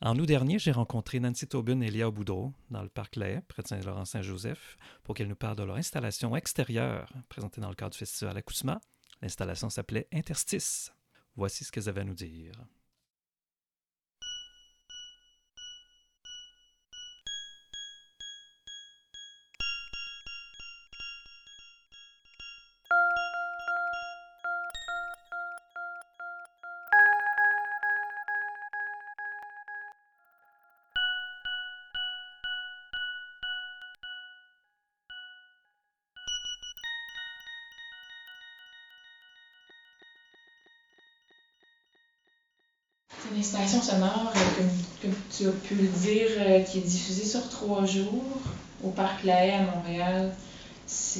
En août dernier, j'ai rencontré Nancy Tobin et Léa Boudreau dans le parc Lahaye, près de Saint-Laurent-Saint-Joseph, pour qu'elles nous parlent de leur installation extérieure présentée dans le cadre du festival Acousma. L'installation s'appelait Interstice. Voici ce qu'elles avaient à nous dire. C'est une installation sonore, comme tu as pu le dire, qui est diffusée sur 3 jours au Parc Lahaye à Montréal. C'est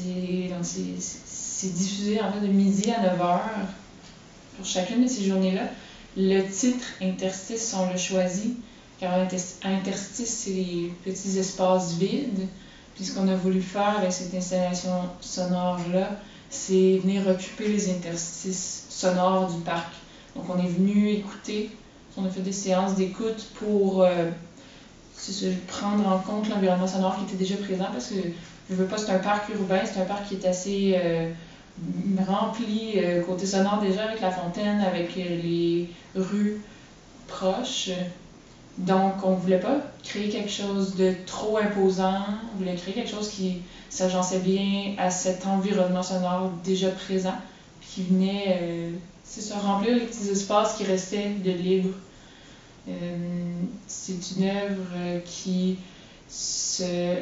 diffusé en fait de midi à 9h pour chacune de ces journées-là. Le titre Interstice, on l'a choisi, car interstice, c'est les petits espaces vides. Puis ce qu'on a voulu faire avec cette installation sonore-là, c'est venir occuper les interstices sonores du parc. Donc on est venu écouter. On a fait des séances d'écoute pour prendre en compte l'environnement sonore qui était déjà présent, parce que je veux pas, c'est un parc urbain, c'est un parc qui est assez rempli côté sonore déjà, avec la fontaine, avec les rues proches. Donc on voulait pas créer quelque chose de trop imposant, on voulait créer quelque chose qui s'agençait bien à cet environnement sonore déjà présent, puis qui venait remplir les petits espaces qui restaient de libre. C'est une œuvre qui est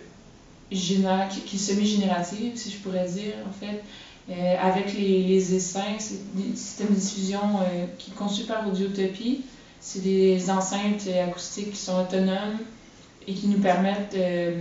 semi-générative, si je pourrais dire, en fait. Avec les essaims, c'est des systèmes de diffusion qui sont conçus par Audiotopie. C'est des enceintes acoustiques qui sont autonomes et qui nous permettent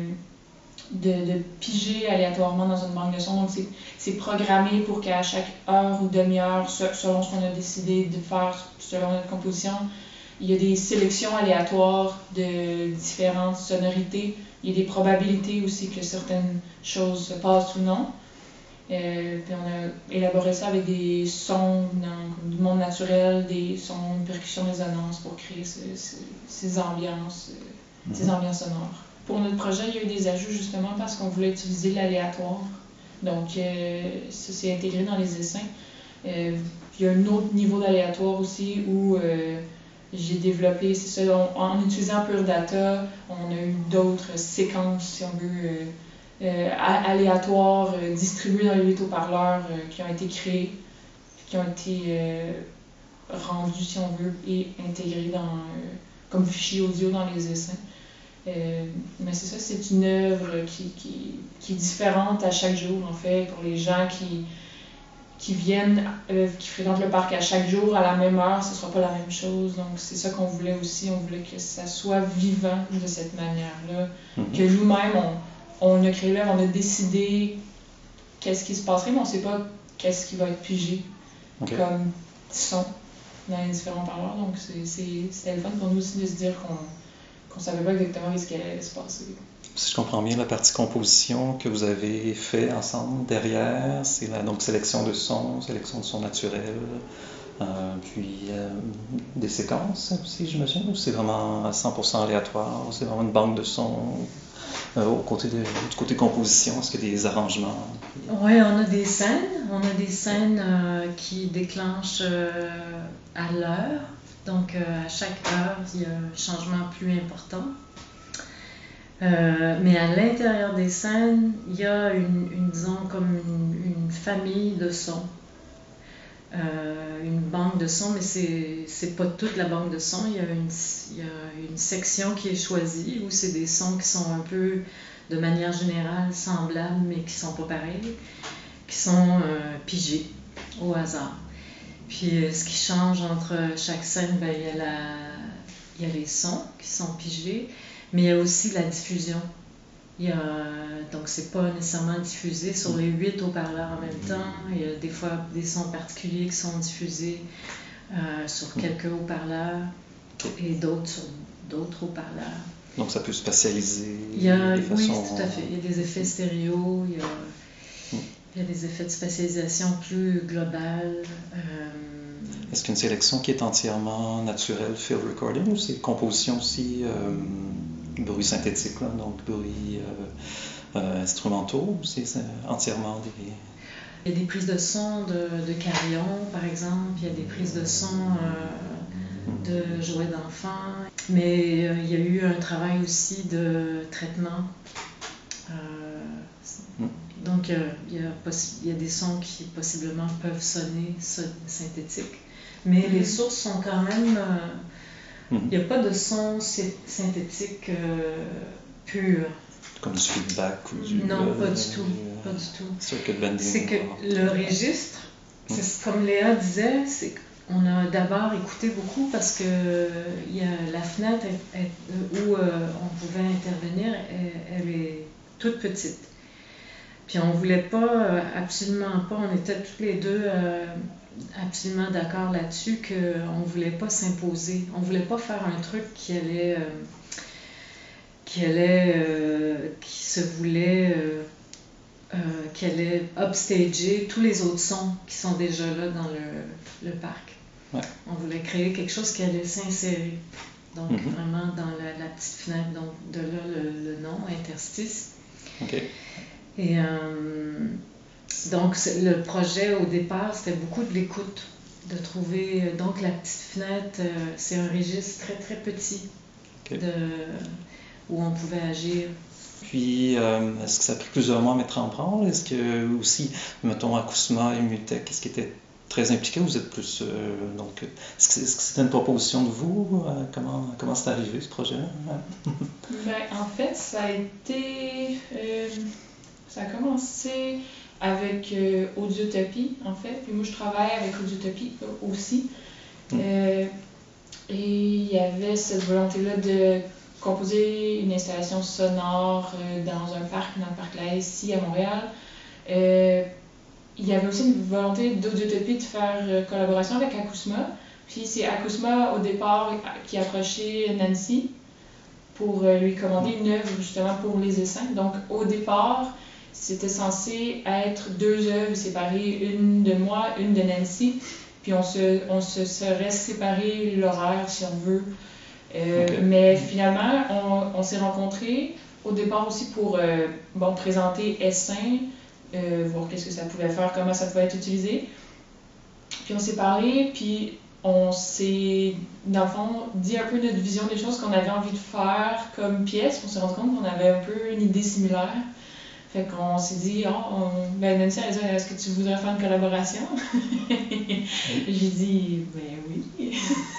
de piger aléatoirement dans une banque de son. Donc c'est programmé pour qu'à chaque heure ou demi-heure, selon ce qu'on a décidé de faire, selon notre composition, il y a des sélections aléatoires de différentes sonorités. Il y a des probabilités aussi que certaines choses se passent ou non. Puis on a élaboré ça avec des sons du monde naturel, des sons de percussion résonance pour créer ces ambiances sonores. Pour notre projet, il y a eu des ajouts justement parce qu'on voulait utiliser l'aléatoire. Donc ça s'est intégré dans les essaims. Il y a un autre niveau d'aléatoire aussi où j'ai développé, c'est ça, en utilisant Pure Data, on a eu d'autres séquences, si on veut, aléatoires, distribuées dans les 8 haut-parleurs qui ont été créés, qui ont été rendus, si on veut, et intégrés comme fichier audio dans les essaims. Mais c'est ça, c'est une œuvre qui est différente à chaque jour, en fait, pour les gens qui viennent, qui fréquentent le parc à chaque jour, à la même heure, ce ne sera pas la même chose. Donc c'est ça qu'on voulait aussi, on voulait que ça soit vivant de cette manière-là. Que nous-mêmes, on a créé l'œuvre, on a décidé qu'est-ce qui se passerait, mais on ne sait pas qu'est-ce qui va être pigé comme son dans les différents parleurs. Donc c'était le fun pour nous aussi de se dire qu'on ne savait pas exactement ce qui allait se passer. Si je comprends bien, la partie composition que vous avez fait ensemble derrière, c'est donc sélection de son naturel, puis des séquences aussi, j'imagine, ou c'est vraiment à 100% aléatoire, c'est vraiment une banque de sons du côté composition, est-ce qu'il y a des arrangements? Oui, on a des scènes qui déclenchent à l'heure, donc à chaque heure, il y a un changement plus important. Mais à l'intérieur des scènes, il y a disons comme une famille de sons, une banque de sons, mais c'est pas toute la banque de sons. Il y a une section qui est choisie où c'est des sons qui sont un peu, de manière générale, semblables, mais qui sont pas pareils, qui sont pigés au hasard. Puis ce qui change entre chaque scène, il y a les sons qui sont pigés, mais il y a aussi la diffusion. Donc c'est pas nécessairement diffusé sur les 8 haut-parleurs en même temps. Il y a des fois des sons particuliers qui sont diffusés sur quelques haut-parleurs et d'autres sur d'autres haut-parleurs. Donc ça peut spatialiser de façon... Oui, tout à fait. Il y a des effets stéréo, il y a des effets de spatialisation plus globales. Est-ce qu'une sélection qui est entièrement naturelle, field recording, ou c'est composition aussi, bruit synthétique, là, donc bruit instrumentaux, ou c'est entièrement des... Il y a des prises de son de carillon, par exemple, il y a des prises de son de jouets d'enfants, mais il y a eu un travail aussi de traitement. Donc, il y a des sons qui possiblement peuvent sonner synthétiques, mais les sources sont quand même... Il n'y a pas de son synthétique pur. Comme du feedback ou du... Non, pas du tout. Pas du tout. C'est que le registre, c'est comme Léa disait, c'est qu'on a d'abord écouté beaucoup parce que la fenêtre où on pouvait intervenir, elle est toute petite. Puis on voulait pas, absolument pas, on était tous les deux absolument d'accord là-dessus qu'on ne voulait pas s'imposer. On ne voulait pas faire un truc qui allait upstager tous les autres sons qui sont déjà là dans le parc. Ouais. On voulait créer quelque chose qui allait s'insérer. Donc vraiment dans la petite fenêtre, donc de là le nom, interstice. OK. Et donc le projet au départ, c'était beaucoup de l'écoute, de trouver donc la petite fenêtre, c'est un registre très très petit. Okay. Où on pouvait agir. Puis, est-ce que ça a pris plusieurs mois à mettre en branle? Est-ce que aussi, mettons, Acousma et Mutech, est-ce qui était très impliqué? Vous êtes plus... donc, est-ce que c'était une proposition de vous? Comment c'est arrivé, ce projet-là? En fait, ça a commencé avec Audiotopie, en fait. Puis moi, je travaille avec Audiotopie aussi. Et il y avait cette volonté-là de composer une installation sonore dans le parc La Haye, ici à Montréal. Il y avait aussi une volonté d'Audiotopie de faire collaboration avec Acousma. Puis c'est Acousma au départ qui a approché Nancy pour lui commander une œuvre justement pour les essaims. Donc au départ, c'était censé être 2 œuvres séparées, une de moi, une de Nancy. Puis on se serait séparé l'horaire si on veut. Okay. Mais finalement, on s'est rencontrés au départ aussi pour présenter Essaim, voir qu'est-ce que ça pouvait faire, comment ça pouvait être utilisé. Puis on s'est parlé, puis on s'est, dans le fond, dit un peu notre vision des choses qu'on avait envie de faire comme pièce. On s'est rendu compte qu'on avait un peu une idée similaire. Fait qu'on s'est dit, Nancy, elle a dit, est-ce que tu voudrais faire une collaboration? J'ai dit, oui,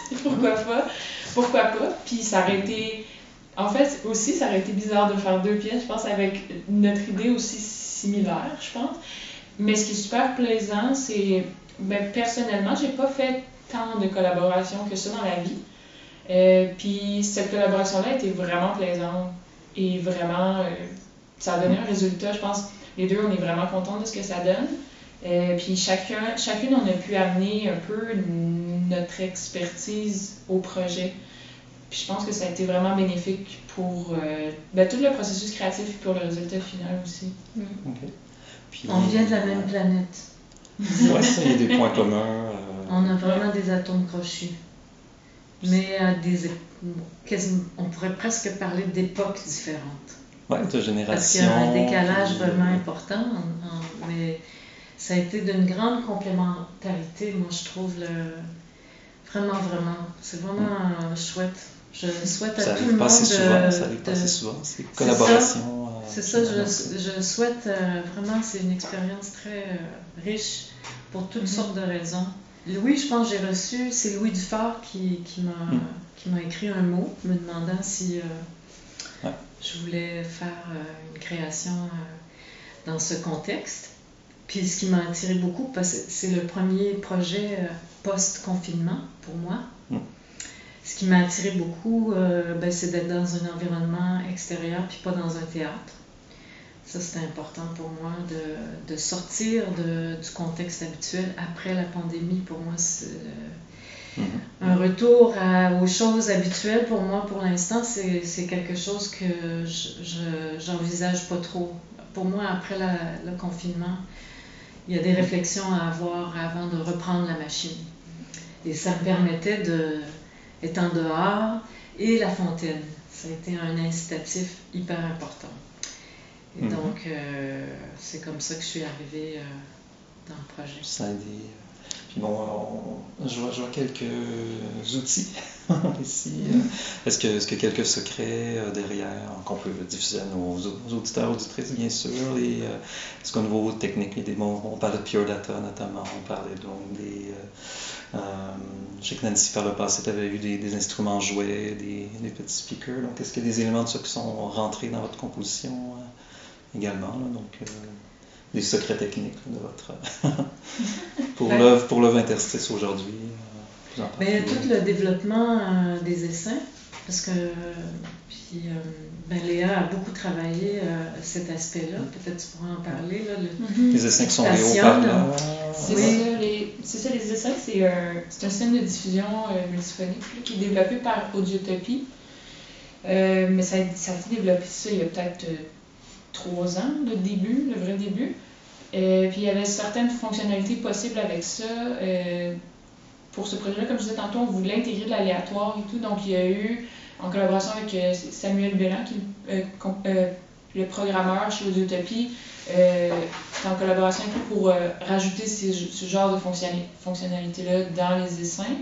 pourquoi pas? Puis ça aurait été, en fait, aussi, ça aurait été bizarre de faire 2 pièces, je pense, avec notre idée aussi similaire, je pense. Mais ce qui est super plaisant, c'est, personnellement, j'ai pas fait tant de collaborations que ça dans la vie. Puis cette collaboration-là était vraiment plaisante et vraiment... ça a donné un résultat, je pense. Les deux, on est vraiment contents de ce que ça donne. Puis chacune, on a pu amener un peu notre expertise au projet. Puis je pense que ça a été vraiment bénéfique pour tout le processus créatif et pour le résultat final aussi. Okay. Puis, on vient de la même planète. Oui, ça, il y a des points communs. On a vraiment des atomes crochus. Mais on pourrait presque parler d'époques différentes. Oui, de génération. Parce qu'il y a un décalage vraiment important, mais ça a été d'une grande complémentarité, moi je trouve, vraiment. C'est vraiment chouette. Je souhaite à tout le monde ça arrive pas assez souvent, c'est collaboration. C'est ça, je souhaite vraiment, c'est une expérience très riche pour toutes sortes de raisons. Louis, je pense que j'ai reçu, c'est Louis Dufort qui m'a écrit un mot me demandant si je voulais faire une création dans ce contexte. Puis ce qui m'a attiré beaucoup, parce que c'est le premier projet post-confinement pour moi. Ce qui m'a attiré beaucoup, c'est d'être dans un environnement extérieur puis pas dans un théâtre. Ça, c'était important pour moi de sortir du contexte habituel après la pandémie. Pour moi, c'est un retour aux choses habituelles. Pour moi, pour l'instant, c'est quelque chose que j'envisage pas trop. Pour moi, après le confinement, il y a des réflexions à avoir avant de reprendre la machine. Et ça me permettait d'être en dehors et la fontaine. Ça a été un incitatif hyper important. Et donc, c'est comme ça que je suis arrivée dans le projet. Ça a aidé. Puis bon, je vois quelques outils ici. Est-ce que quelques secrets derrière qu'on peut diffuser à nos auditeurs, auditrices, bien sûr? Est-ce qu'au niveau technique, on parlait de Pure Data notamment, on parlait donc des... je sais que Nancy, par le passé, tu avais eu des instruments jouets, des petits speakers. Donc, est-ce qu'il y a des éléments de ça qui sont rentrés dans votre composition également? Là, donc, des secrets techniques là, de votre... pour l'œuvre Interstice aujourd'hui? Ben, tout le développement des essaims, parce que Léa a beaucoup travaillé cet aspect-là. Peut-être tu pourras en parler. Là, les essaims qui sont les haut-parleurs. C'est ça, les essaims, c'est un système de diffusion multiphonique là, qui est développé par Audiotopie. Mais ça a été développé il y a peut-être 3 ans, le vrai début. Puis il y avait certaines fonctionnalités possibles avec ça. Pour ce projet-là, comme je disais tantôt, on voulait intégrer de l'aléatoire et tout. Donc il y a eu, en collaboration avec Samuel Belland, qui est le programmeur chez Audiotopie, en collaboration avec lui pour rajouter ce genre de fonctionnalités-là dans les essaims.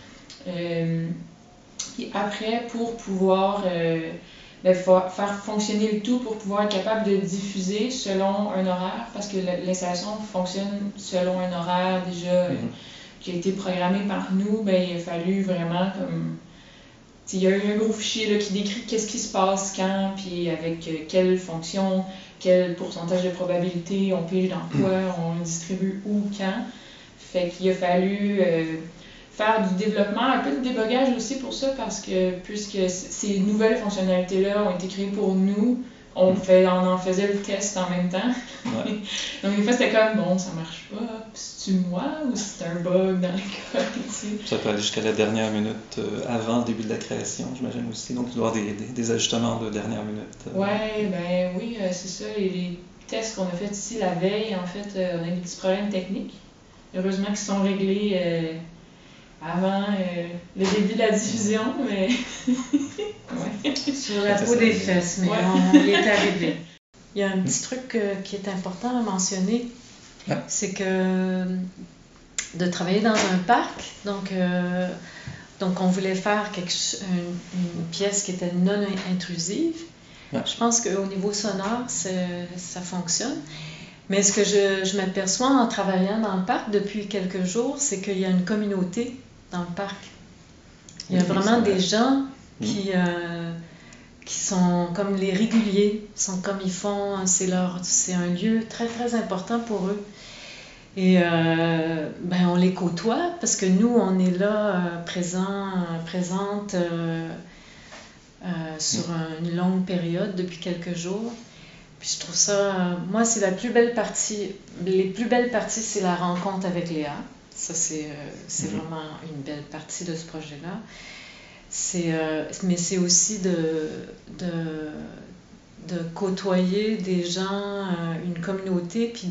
Et après, pour pouvoir faire fonctionner le tout, pour pouvoir être capable de diffuser selon un horaire, parce que l'installation fonctionne selon un horaire déjà qui a été programmé par nous, il a fallu vraiment comme... Il y a eu un gros fichier là, qui décrit qu'est-ce qui se passe quand, puis avec quelle fonction, quel pourcentage de probabilité, on pige dans quoi, on distribue où, quand. Fait qu'il a fallu faire du développement, un peu de débogage aussi pour ça, parce que puisque ces nouvelles fonctionnalités-là ont été créées pour nous, on en faisait le test en même temps. Ouais. Donc des fois c'était comme, bon, ça marche pas, c'est-tu moi ou c'est un bug dans le code, tu sais. Ça peut aller jusqu'à la dernière minute avant le début de la création, j'imagine aussi. Donc il doit y avoir des ajustements de dernière minute. Oui, c'est ça. Les tests qu'on a fait ici la veille, en fait, on a eu des petits problèmes techniques. Heureusement qu'ils sont réglés avant le début de la diffusion, mais... ouais. Sur la peau des fesses, mais on y est arrivé. Il y a un petit truc qui est important à mentionner, c'est que de travailler dans un parc, donc on voulait faire une pièce qui était non intrusive. Ouais. Je pense qu'au niveau sonore, ça fonctionne. Mais ce que je m'aperçois en travaillant dans le parc depuis quelques jours, c'est qu'il y a une communauté dans le parc. Il y a vraiment des gens qui sont comme les réguliers, sont comme ils font, c'est un lieu très très important pour eux. Et on les côtoie parce que nous, on est là présente sur une longue période depuis quelques jours. Puis je trouve ça, moi, c'est la plus belle partie. Les plus belles parties, c'est la rencontre avec Léa. Ça, c'est vraiment une belle partie de ce projet-là. Mais c'est aussi de côtoyer des gens, une communauté, puis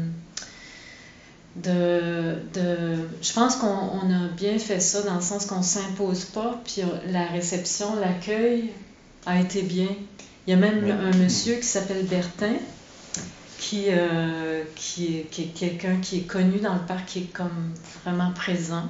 je pense qu'on a bien fait ça dans le sens qu'on ne s'impose pas, puis la réception, l'accueil a été bien. Il y a même un monsieur qui s'appelle Bertin, qui est quelqu'un qui est connu dans le parc, qui est comme vraiment présent,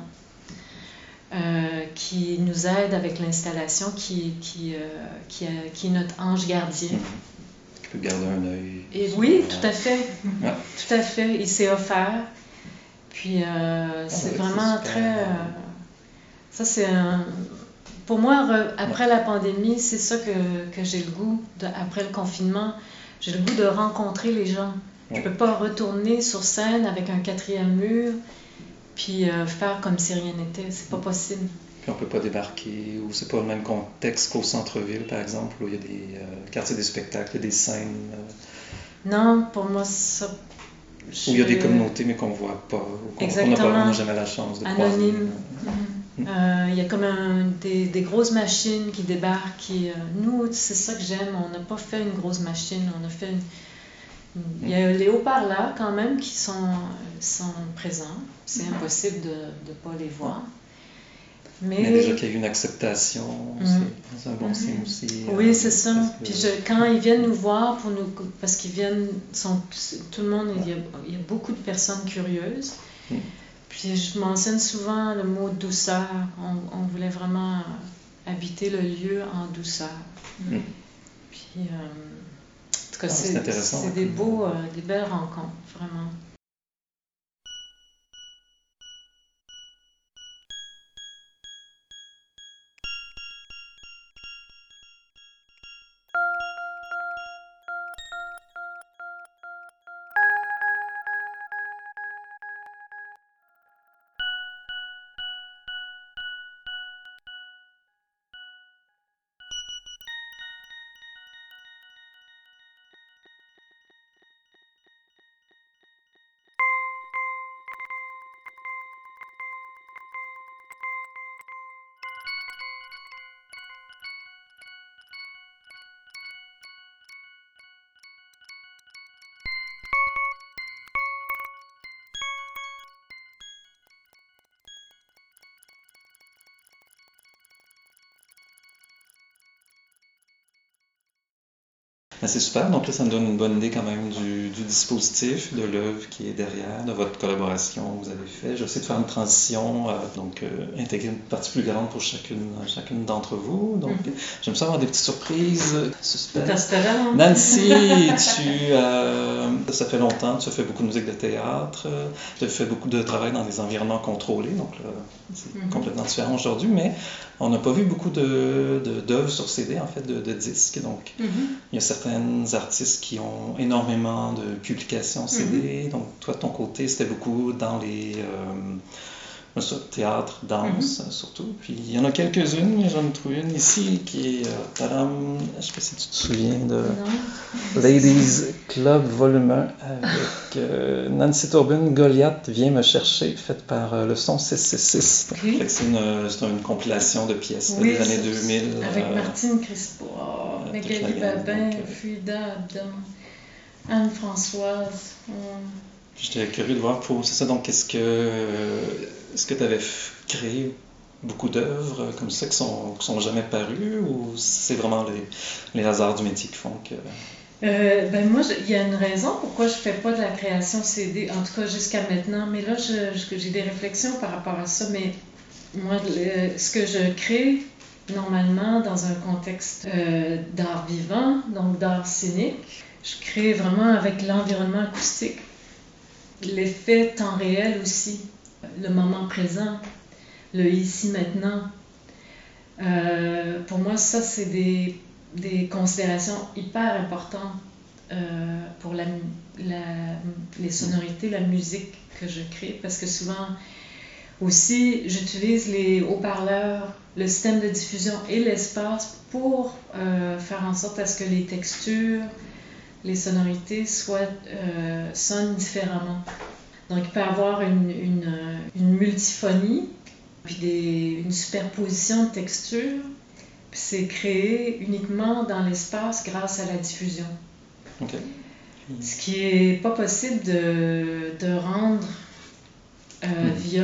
qui nous aide avec l'installation, qui est notre ange gardien. Qui peut garder un œil. Et oui, tout à fait. Tout à fait. Il s'est offert. Puis c'est vraiment très... ça, c'est un... Pour moi, après la pandémie, c'est ça que j'ai le goût, après le confinement, j'ai le goût de rencontrer les gens. Je ne peux pas retourner sur scène avec un 4e mur, puis faire comme si rien n'était. C'est pas possible. Puis on ne peut pas débarquer, ou c'est pas le même contexte qu'au centre-ville, par exemple, où il y a des quartiers des spectacles, des scènes. Non, pour moi, ça... Où il y a des communautés, mais qu'on ne voit pas, ou qu'on n'a jamais la chance de croiser. Anonyme. Il y a comme des grosses machines qui débarquent. Nous, c'est ça que j'aime. On n'a pas fait une grosse machine. On a fait il y a les haut-parleurs quand même qui sont présents. C'est impossible de ne pas les voir. Mais déjà qu'il y a eu une acceptation, c'est un bon signe aussi. Oui, c'est ça. Que... Puis quand ils viennent nous voir, parce qu'ils viennent, tout le monde, il y a beaucoup de personnes curieuses. Puis je mentionne souvent le mot douceur. On voulait vraiment habiter le lieu en douceur. Puis, en tout cas, c'est des belles rencontres, vraiment. Ben, c'est super, donc là ça me donne une bonne idée quand même du dispositif, de l'œuvre qui est derrière, de votre collaboration que vous avez fait. J'essaie de faire une transition, intégrer une partie plus grande pour chacune d'entre vous. Donc j'aime ça avoir des petites surprises, suspense. Nancy, ça fait longtemps, tu as fait beaucoup de musique de théâtre, tu as fait beaucoup de travail dans des environnements contrôlés, donc là c'est complètement différent aujourd'hui, mais on n'a pas vu beaucoup d'œuvres sur CD, en fait, de disques. Donc, il y a certains artistes qui ont énormément de publications CD. Donc, toi, de ton côté, c'était beaucoup dans les théâtre, danse, surtout. Puis, il y en a quelques-unes, mais j'en ai trouvé une ici qui est, je ne sais pas si tu te souviens de Ladies Club Volume 1 avec Nancy Tobin, Goliath vient me chercher, faite par le son 666. Okay. C'est une compilation de pièces des années 2000. Avec Martine Crispo, Magali Babin, Frida Abdon, Anne-Françoise. J'étais curieux de voir c'est ça. Donc, est-ce que tu avais créé beaucoup d'œuvres comme ça qui sont jamais parues, ou c'est vraiment les hasards du métier qui font que... moi, il y a une raison pourquoi je fais pas de la création CD, en tout cas jusqu'à maintenant, mais là, j'ai des réflexions par rapport à ça, mais moi, ce que je crée normalement dans un contexte d'art vivant, donc d'art scénique, je crée vraiment avec l'environnement acoustique, l'effet temps réel aussi, le moment présent, le ici maintenant. Pour moi, ça, c'est des considérations hyper importantes pour les sonorités, la musique que je crée, parce que souvent aussi, j'utilise les haut-parleurs, le système de diffusion et l'espace pour faire en sorte à ce que les textures, les sonorités sonnent différemment. Donc, il peut y avoir une multiphonie, puis une superposition de textures, puis c'est créé uniquement dans l'espace grâce à la diffusion. Okay. Ce qui n'est pas possible de rendre via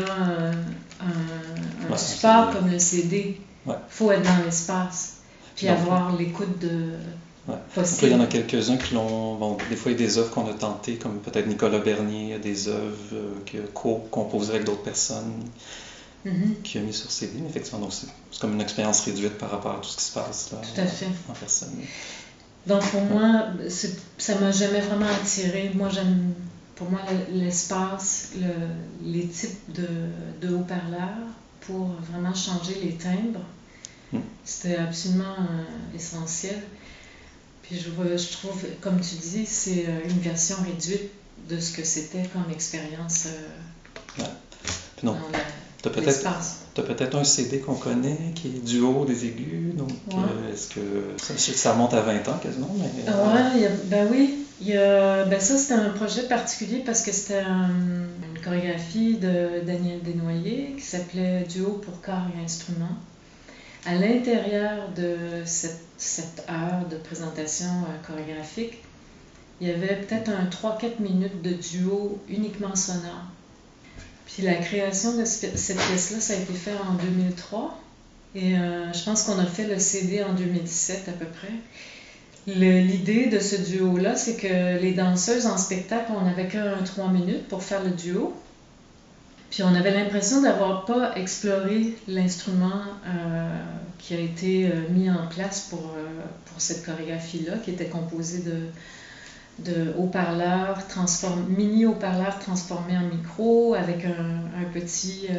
un support comme le CD. Il faut être dans l'espace, puis avoir l'écoute possible. Après, il y en a quelques-uns qui l'ont... Bon, des fois, il y a des œuvres qu'on a tentées, comme peut-être Nicolas Bernier, il y a des œuvres qu'il a co-composées avec d'autres personnes qui a mis sur CD. Effectivement, donc c'est comme une expérience réduite par rapport à tout ce qui se passe là, tout à fait. En personne. Donc, pour moi, ça ne m'a jamais vraiment attiré. Pour moi, l'espace, les types de haut-parleurs pour vraiment changer les timbres, c'était absolument essentiel. Puis je trouve, comme tu dis, c'est une version réduite de ce que c'était comme expérience dans l'espace. Tu as peut-être un CD qu'on connaît qui est du haut des aigus, donc est-ce que ça remonte à 20 ans quasiment? Oui, ça c'était un projet particulier parce que c'était une chorégraphie de Daniel Desnoyers qui s'appelait Duo pour corps et instruments. À l'intérieur de cette heure de présentation chorégraphique, il y avait peut-être 3-4 minutes de duo uniquement sonore. Puis la création de cette pièce-là, ça a été fait en 2003. Et je pense qu'on a fait le CD en 2017 à peu près. L'idée de ce duo-là, c'est que les danseuses en spectacle, on n'avait qu'un 3 minutes pour faire le duo. Puis on avait l'impression d'avoir pas exploré l'instrument qui a été mis en place pour cette chorégraphie-là, qui était composée de haut-parleurs, mini haut-parleurs transformés en micro, avec un petit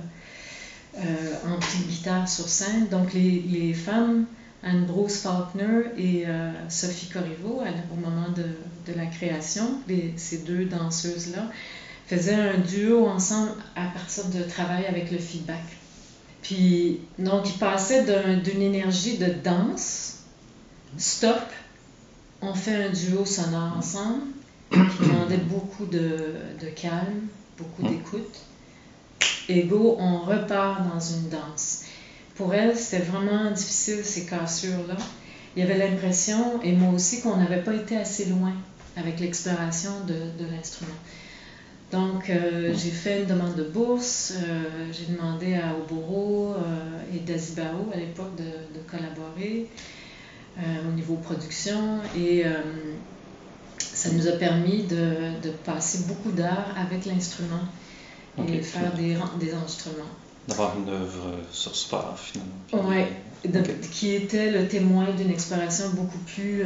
ampli de guitare sur scène. Donc les femmes, Anne-Bruce Faulkner et Sophie Corriveau, au moment de la création, ces deux danseuses-là, faisaient un duo ensemble à partir de travail avec le feedback. Puis, donc, ils passaient d'une énergie de danse, stop, on fait un duo sonore ensemble, qui demandait beaucoup de calme, beaucoup d'écoute. Et go, on repart dans une danse. Pour elle, c'était vraiment difficile, ces cassures-là. Il y avait l'impression, et moi aussi, qu'on n'avait pas été assez loin avec l'exploration de l'instrument. Donc, j'ai fait une demande de bourse, j'ai demandé à Oboro et Dazibao à l'époque de collaborer au niveau production, et ça nous a permis de passer beaucoup d'heures avec l'instrument et faire des enregistrements. D'avoir une œuvre sur support, finalement. Oui, qui était le témoin d'une exploration beaucoup plus...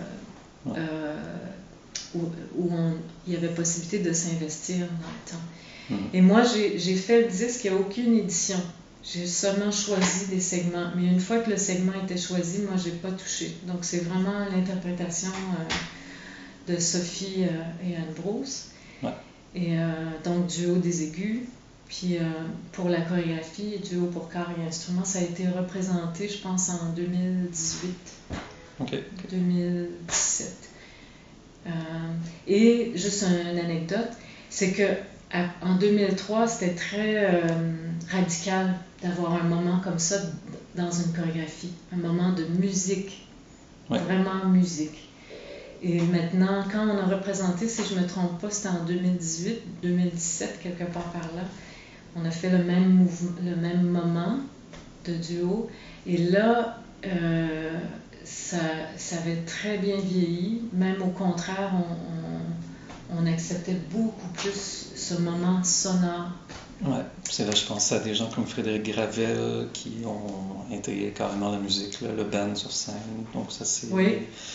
où il y avait possibilité de s'investir dans le temps. Et moi, j'ai fait le disque, il n'y a aucune édition. J'ai seulement choisi des segments. Mais une fois que le segment était choisi, moi, je n'ai pas touché. Donc, c'est vraiment l'interprétation de Sophie et Anne-Bruce. Ouais. Et donc, duo des aigus. Puis, pour la chorégraphie, duo pour corps et instruments, ça a été représenté, je pense, en 2018. 2017. Et juste une anecdote, c'est que en 2003, c'était très radical d'avoir un moment comme ça dans une chorégraphie, un moment de musique, vraiment musique. Et maintenant, quand on a représenté, si je ne me trompe pas, c'était en 2018, 2017, quelque part par là, on a fait le même moment de duo. Et là, ça avait très bien vieilli. Même au contraire, on acceptait beaucoup plus ce moment sonore. Ouais, c'est là, je pense à des gens comme Frédéric Gravel qui ont intégré carrément la musique, le band sur scène. Donc ça c'est... Oui.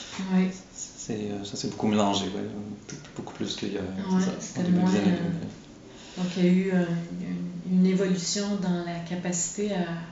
Ça s'est beaucoup mélangé, beaucoup plus qu'il y a c'était moins... Donc il y a eu une évolution dans la capacité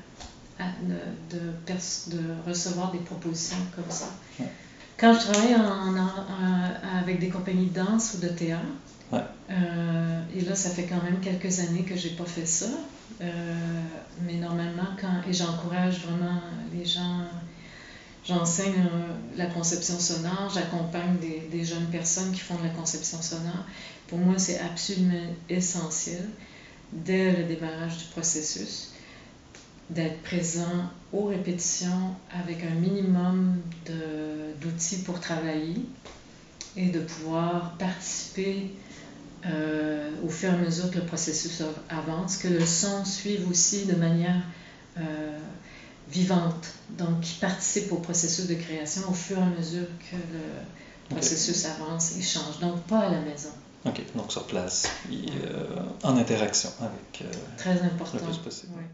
de recevoir des propositions comme ça. Ouais. Quand je travaille avec des compagnies de danse ou de théâtre, et là ça fait quand même quelques années que j'ai pas fait ça, mais normalement et j'encourage vraiment les gens, j'enseigne la conception sonore, j'accompagne des jeunes personnes qui font de la conception sonore. Pour moi c'est absolument essentiel dès le démarrage du processus d'être présent aux répétitions avec un minimum d'outils pour travailler et de pouvoir participer au fur et à mesure que le processus avance, que le son suive aussi de manière vivante, donc qui participe au processus de création au fur et à mesure que le processus avance et change, donc pas à la maison. OK, donc sur place, puis en interaction avec très important. le plus possible. Oui.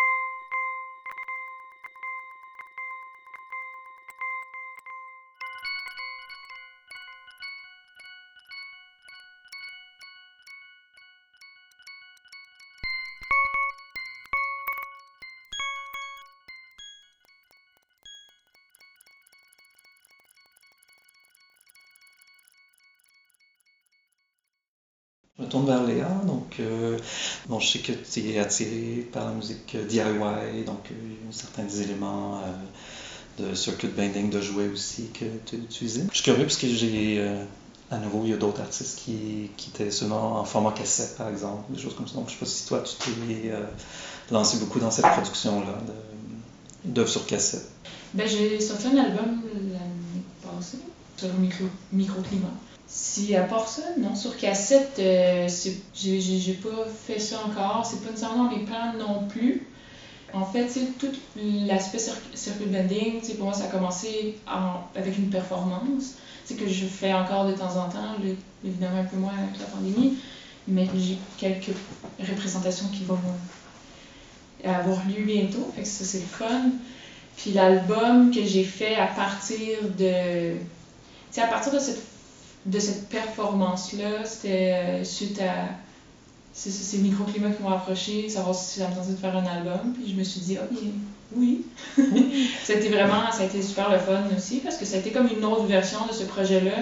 Je me tourne vers Léa, donc je sais que tu es attiré par la musique DIY, donc certains des éléments de circuit bending, de jouets aussi que tu utilisais. Je suis curieux parce que à nouveau, il y a d'autres artistes qui étaient seulement en format cassette, par exemple, des choses comme ça. Donc je ne sais pas si toi, tu t'es lancé beaucoup dans cette production-là d'œuvres sur cassette. J'ai sorti un album l'année passée sur Microclimat. Si, à part ça, non, sur cassette, j'ai pas fait ça encore. C'est pas nécessairement dans mes plans non plus. En fait, tu sais, tout l'aspect circuit bending, tu sais, pour moi, ça a commencé avec une performance, tu sais, que je fais encore de temps en temps, évidemment un peu moins avec la pandémie, mais j'ai quelques représentations qui vont avoir lieu bientôt, fait que ça, c'est le fun. Puis l'album que j'ai fait à partir de... Tu sais, à partir de cette performance-là, c'était suite à ces microclimats qui m'ont approché, savoir si ça me tentait de faire un album. Puis je me suis dit, ah, bien, oui. Ça a été super le fun aussi, parce que ça a été comme une autre version de ce projet-là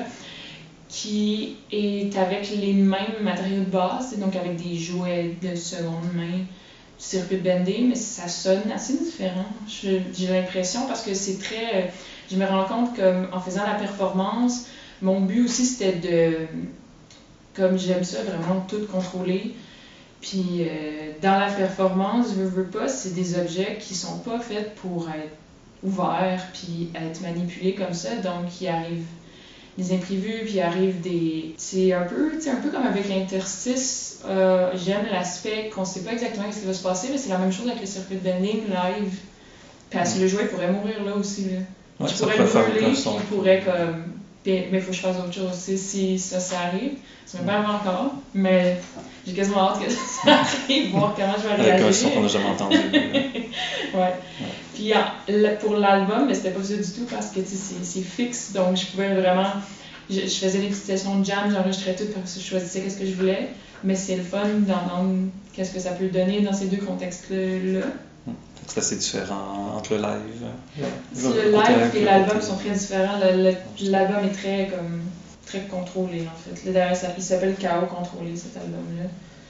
qui est avec les mêmes matériaux de base, donc avec des jouets de seconde main, du circuit bending, mais ça sonne assez différent. J'ai l'impression, parce que c'est très... Je me rends compte qu'en faisant la performance, mon but aussi c'était de... Comme j'aime ça, vraiment tout contrôler. Puis dans la performance, veux pas, c'est des objets qui sont pas faits pour être ouverts puis être manipulés comme ça. Donc il arrive des imprévus, puis il arrive des... C'est un peu comme avec l'interstice. J'aime l'aspect qu'on sait pas exactement ce qui va se passer, mais c'est la même chose avec le circuit bending live. Parce que le jouet pourrait mourir là aussi. Là. Ouais, Je pourrais le brûler, puis il pourrait comme... Mais il faut que je fasse autre chose. Si ça arrive, ça m'est pas arrivé encore, mais j'ai quasiment hâte que ça arrive, voir comment je vais réagir. Avec un son qu'on n'a jamais entendu. Ouais. Puis pour l'album, c'était pas ça du tout parce que c'est fixe, donc je pouvais vraiment... Je faisais des petites sessions de jam, j'enregistrais tout parce que je choisissais qu'est-ce que je voulais, mais c'est le fun d'entendre qu'est-ce que ça peut donner dans ces deux contextes-là. C'est assez différent entre le live. Le live et l'album sont très différents. L'album est très contrôlé en fait. D'ailleurs, il s'appelle Chaos Contrôlé, cet album-là.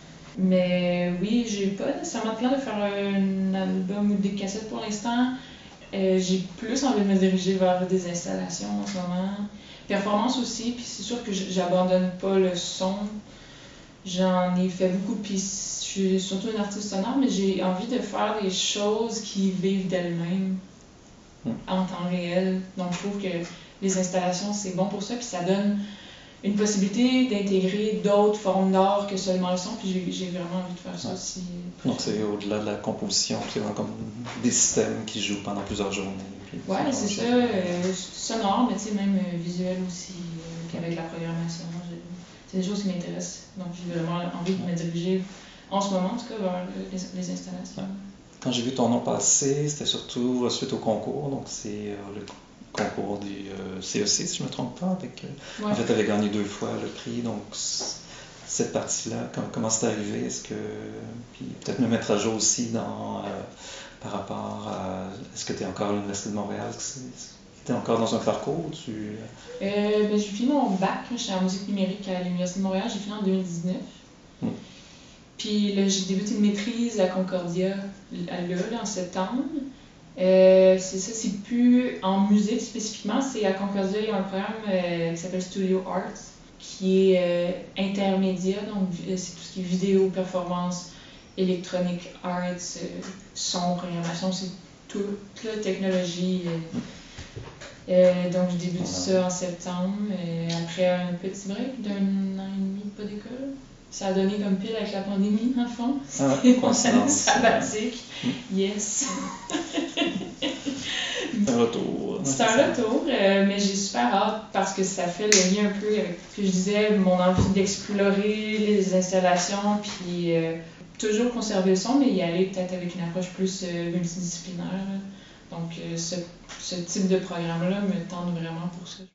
Mais oui, j'ai pas nécessairement de plan de faire un album ou des cassettes pour l'instant. J'ai plus envie de me diriger vers des installations en ce moment. Performance aussi, puis c'est sûr que j'abandonne pas le son. J'en ai fait beaucoup, puis je suis surtout une artiste sonore, mais j'ai envie de faire des choses qui vivent d'elles-mêmes en temps réel. Donc je trouve que les installations, c'est bon pour ça, puis ça donne une possibilité d'intégrer d'autres formes d'art que seulement le son, puis j'ai vraiment envie de faire ça aussi. Donc c'est au-delà de la composition, c'est vraiment comme des systèmes qui jouent pendant plusieurs journées. Ouais, c'est ça, sonore, mais tu sais, même visuel aussi, avec la programmation. C'est des choses qui m'intéressent. Donc j'ai vraiment envie de me diriger, en ce moment en tout cas, vers les installations. Ouais. Quand j'ai vu ton nom passer, c'était surtout suite au concours, donc c'est le concours du CEC, si je ne me trompe pas. En fait, tu avais gagné 2 fois le prix, donc cette partie-là, comment c'est arrivé? Puis peut-être me mettre à jour aussi par rapport à... Est-ce que tu es encore à l'Université de Montréal? Tu es encore dans un parcours? J'ai fini mon bac, j'étais en musique numérique à l'Université de Montréal, j'ai fini en 2019. Puis là, j'ai débuté une maîtrise à Concordia en septembre. C'est ça, c'est plus en musique spécifiquement, c'est à Concordia, il y a un programme qui s'appelle Studio Arts, qui est intermédiaire, donc c'est tout ce qui est vidéo, performance, électronique, arts, son, programmation, c'est toute la technologie. Donc je débute ça en septembre, après un petit break d'un an et demi de pas d'école. Ça a donné comme pile avec la pandémie, en fond. C'est mon année sabbatique. Yes! C'est un retour. C'est un retour, mais j'ai super hâte parce que ça fait le lien un peu avec ce que je disais, mon envie d'explorer les installations, puis toujours conserver le son, mais y aller peut-être avec une approche plus multidisciplinaire. Donc ce type de programme-là me tente vraiment pour ça.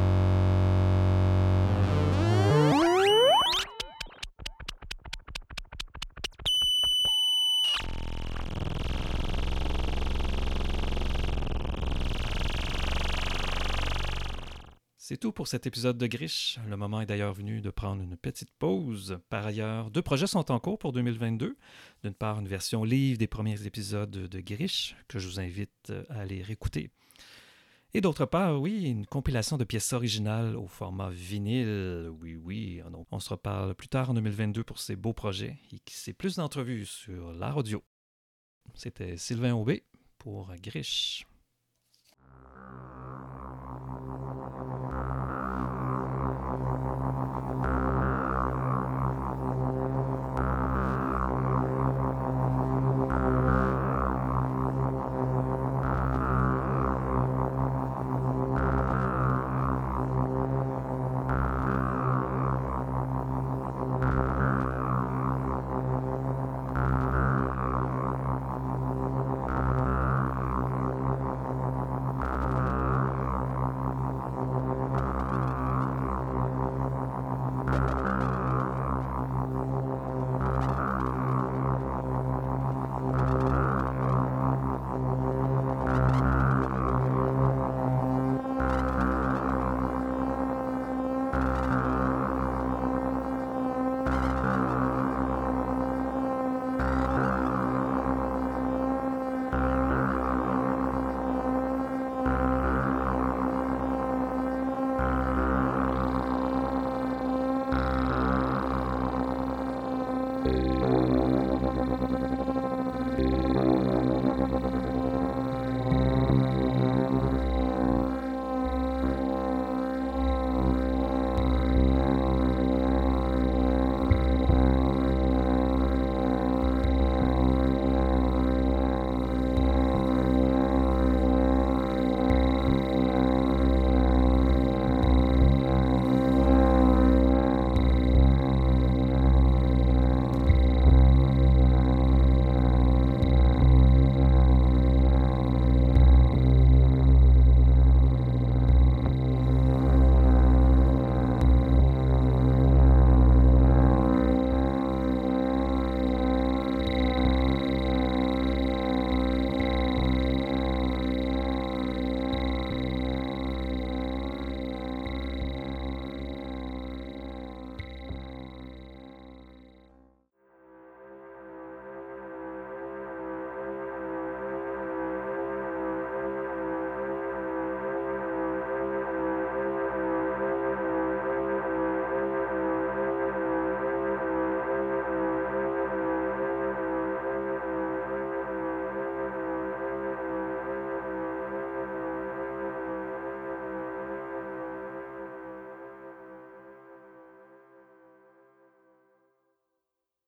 C'est tout pour cet épisode de Grish. Le moment est d'ailleurs venu de prendre une petite pause. Par ailleurs, 2 projets sont en cours pour 2022. D'une part, une version livre des premiers épisodes de Grish, que je vous invite à aller réécouter. Et d'autre part, oui, une compilation de pièces originales au format vinyle. Oui, on se reparle plus tard en 2022 pour ces beaux projets et qui sait plus d'entrevues sur l'art audio. C'était Sylvain Aubé pour Grish.